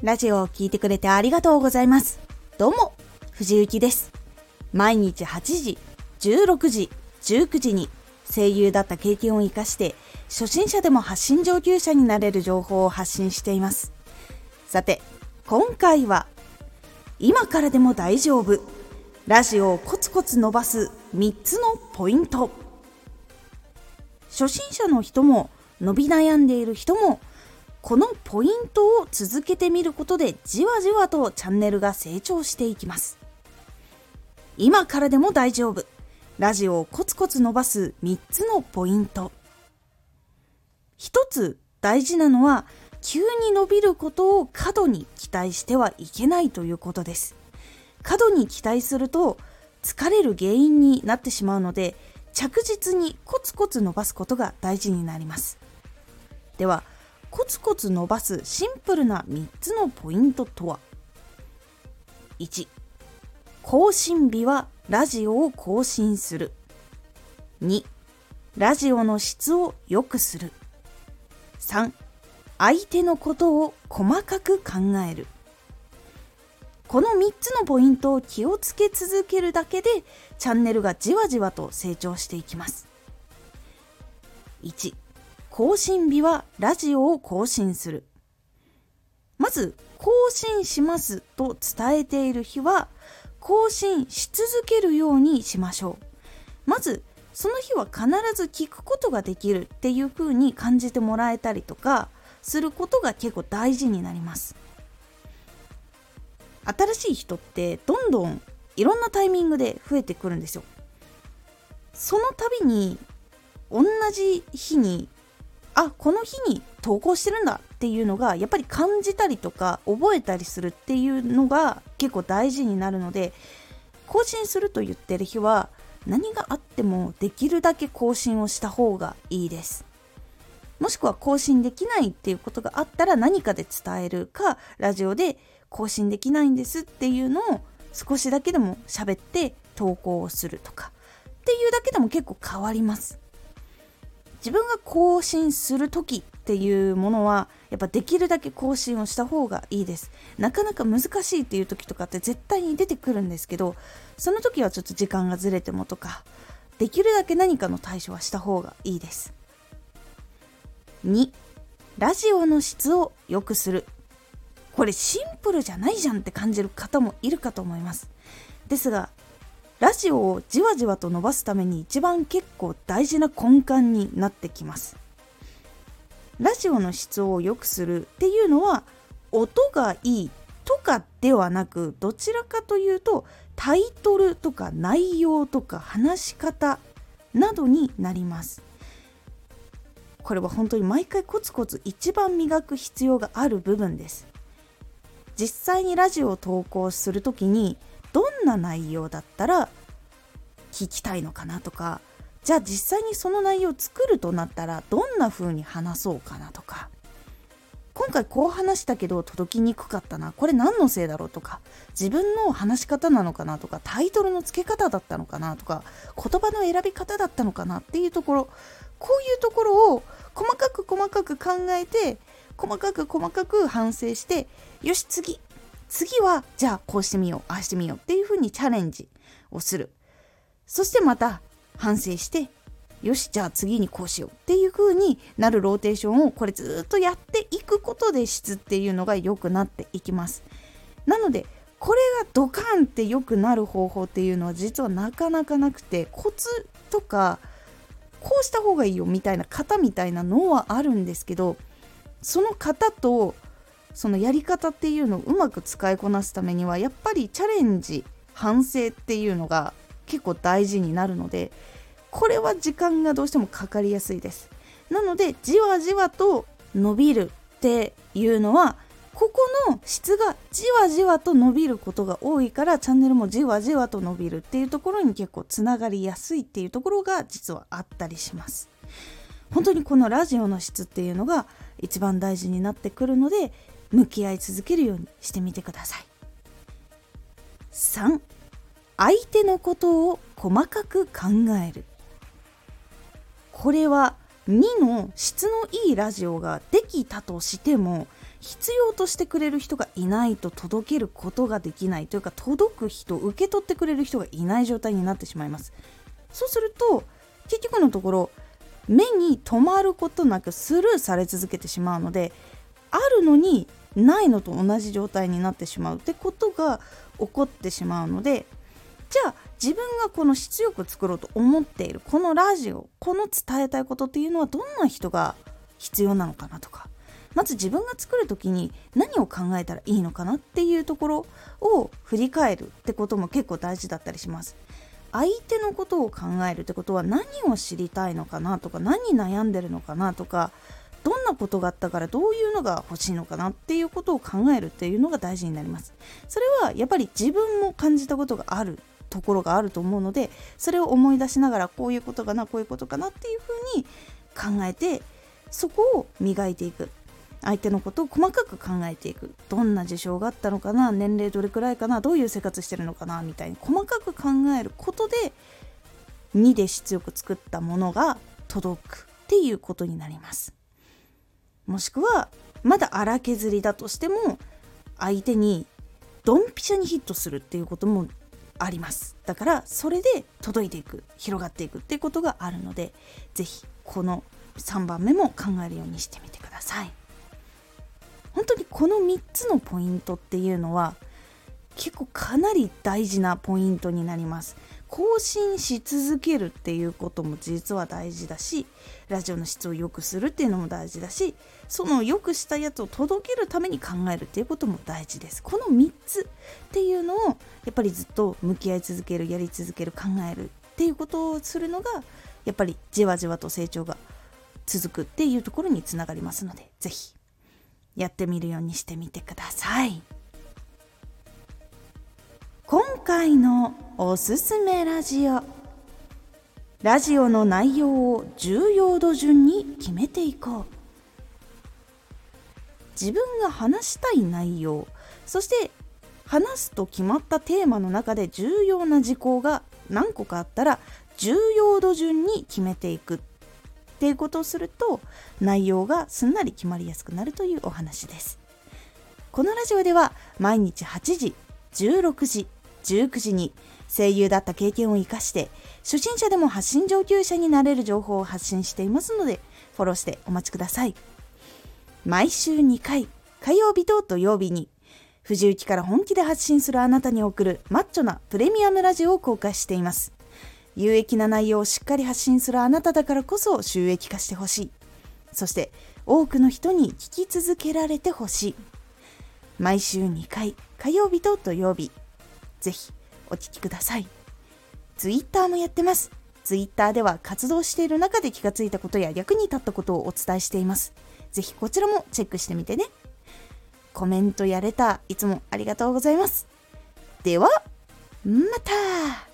ラジオを聞いてくれてありがとうございます。どうも、藤幸です。毎日8時、16時、19時に声優だった経験を生かして初心者でも発信上級者になれる情報を発信しています。さて、今回は今からでも大丈夫、ラジオをコツコツ伸ばす3つのポイント。初心者の人も伸び悩んでいる人もこのポイントを続けてみることでじわじわとチャンネルが成長していきます。今からでも大丈夫、ラジオをコツコツ伸ばす3つのポイント。一つ大事なのは、急に伸びることを過度に期待してはいけないということです。過度に期待すると疲れる原因になってしまうので、着実にコツコツ伸ばすことが大事になります。では、コツコツ伸ばすシンプルな3つのポイントとは。1、更新日はラジオを更新する。2、ラジオの質を良くする。3、相手のことを細かく考える。この3つのポイントを気をつけ続けるだけでチャンネルがじわじわと成長していきます。1、更新日はラジオを更新する。まず、更新しますと伝えている日は更新し続けるようにしましょう。まずその日は必ず聞くことができるっていう風に感じてもらえたりとかすることが結構大事になります。新しい人ってどんどんいろんなタイミングで増えてくるんですよ。その度に同じ日にこの日に投稿してるんだっていうのがやっぱり感じたりとか覚えたりするっていうのが結構大事になるので、更新すると言ってる日は何があってもできるだけ更新をした方がいいです。もしくは更新できないっていうことがあったら何かで伝えるか、ラジオで更新できないんですっていうのを少しだけでも喋って投稿をするとかっていうだけでも結構変わります。自分が更新する時っていうものはやっぱできるだけ更新をした方がいいです。なかなか難しいっていう時とかって絶対に出てくるんですけど、その時はちょっと時間がずれてもとか、できるだけ何かの対処はした方がいいです。2、ラジオの質を良くする。これシンプルじゃないじゃんって感じる方もいるかと思います。ですが、ラジオをじわじわと伸ばすために一番結構大事な根幹になってきます。ラジオの質を良くするっていうのは音がいいとかではなく、どちらかというとタイトルとか内容とか話し方などになります。これは本当に毎回コツコツ一番磨く必要がある部分です。実際にラジオを投稿するときにどんな内容だったら聞きたいのかなとか、じゃあ実際にその内容を作るとなったらどんな風に話そうかなとか、今回こう話したけど届きにくかったな、これ何のせいだろうとか、自分の話し方なのかなとか、タイトルの付け方だったのかなとか、言葉の選び方だったのかなっていうところ、こういうところを細かく考えて、細かく反省して、よし次はじゃあこうしてみよう、ああしてみようっていう風にチャレンジをする。そしてまた反省して、よしじゃあ次にこうしようっていう風になるローテーションをこれずっとやっていくことで質っていうのが良くなっていきます。なのでこれがドカンって良くなる方法っていうのは実はなかなかなくて、コツとかこうした方がいいよみたいな型みたいなのはあるんですけど、その型とそのやり方っていうのをうまく使いこなすためにはやっぱりチャレンジ、反省っていうのが結構大事になるので、これは時間がどうしてもかかりやすいです。なのでじわじわと伸びるっていうのは、ここの質がじわじわと伸びることが多いから、チャンネルもじわじわと伸びるっていうところに結構つながりやすいっていうところが実はあったりします。本当にこのラジオの質っていうのが一番大事になってくるので、向き合い続けるようにしてみてください。3、相手のことを細かく考える。これは2の質のいいラジオができたとしても、 必要としてくれる人がいないと届けることができないというか、届く人、受け取ってくれる人がいない状態になってしまいます。そうすると結局のところ目に留まることなくスルーされ続けてしまうので、あるのにないのと同じ状態になってしまうってことが起こってしまうので、じゃあ自分がこの質よく作ろうと思っているこのラジオ、この伝えたいことっていうのはどんな人が必要なのかなとか、まず自分が作るときに何を考えたらいいのかなっていうところを振り返るってことも結構大事だったりします。相手のことを考えるってことは、何を知りたいのかなとか、何に悩んでるのかなとか、どんなことがあったからどういうのが欲しいのかなっていうことを考えるっていうのが大事になります。それはやっぱり自分も感じたことがあるところがあると思うので、それを思い出しながら、こういうことかな、こういうことかなっていうふうに考えて、そこを磨いていく。相手のことを細かく考えていく。どんな事象があったのかな、年齢どれくらいかな、どういう生活してるのかなみたいに細かく考えることで、2で質よく作ったものが届くっていうことになります。もしくはまだ荒削りだとしても、相手にドンピシャにヒットするっていうこともあります。だからそれで届いていく、広がっていくっていうことがあるので、ぜひこの3番目も考えるようにしてみてください。本当にこの3つのポイントっていうのは結構かなり大事なポイントになります。更新し続けるっていうことも実は大事だし、ラジオの質を良くするっていうのも大事だし、その良くしたやつを届けるために考えるっていうことも大事です。この3つっていうのをやっぱりずっと向き合い続ける、やり続ける、考えるっていうことをするのが、やっぱりじわじわと成長が続くっていうところにつながりますので、ぜひやってみるようにしてみてください。今回のおすすめラジオの内容を重要度順に決めていこう。自分が話したい内容、そして話すと決まったテーマの中で重要な事項が何個かあったら、重要度順に決めていくっていうことをすると、内容がすんなり決まりやすくなるというお話です。このラジオでは毎日8時、16時、19時に声優だった経験を生かして、初心者でも発信上級者になれる情報を発信していますので、フォローしてお待ちください。毎週2回、火曜日と土曜日に、藤雪から本気で発信するあなたに送るマッチョなプレミアムラジオを公開しています。有益な内容をしっかり発信するあなただからこそ収益化してほしい。そして多くの人に聞き続けられてほしい。毎週2回、火曜日と土曜日、ぜひお聞きください。ツイッターもやってます。ツイッターでは活動している中で気がついたことや役に立ったことをお伝えしています。ぜひこちらもチェックしてみてね。コメントやレターいつもありがとうございます。ではまた。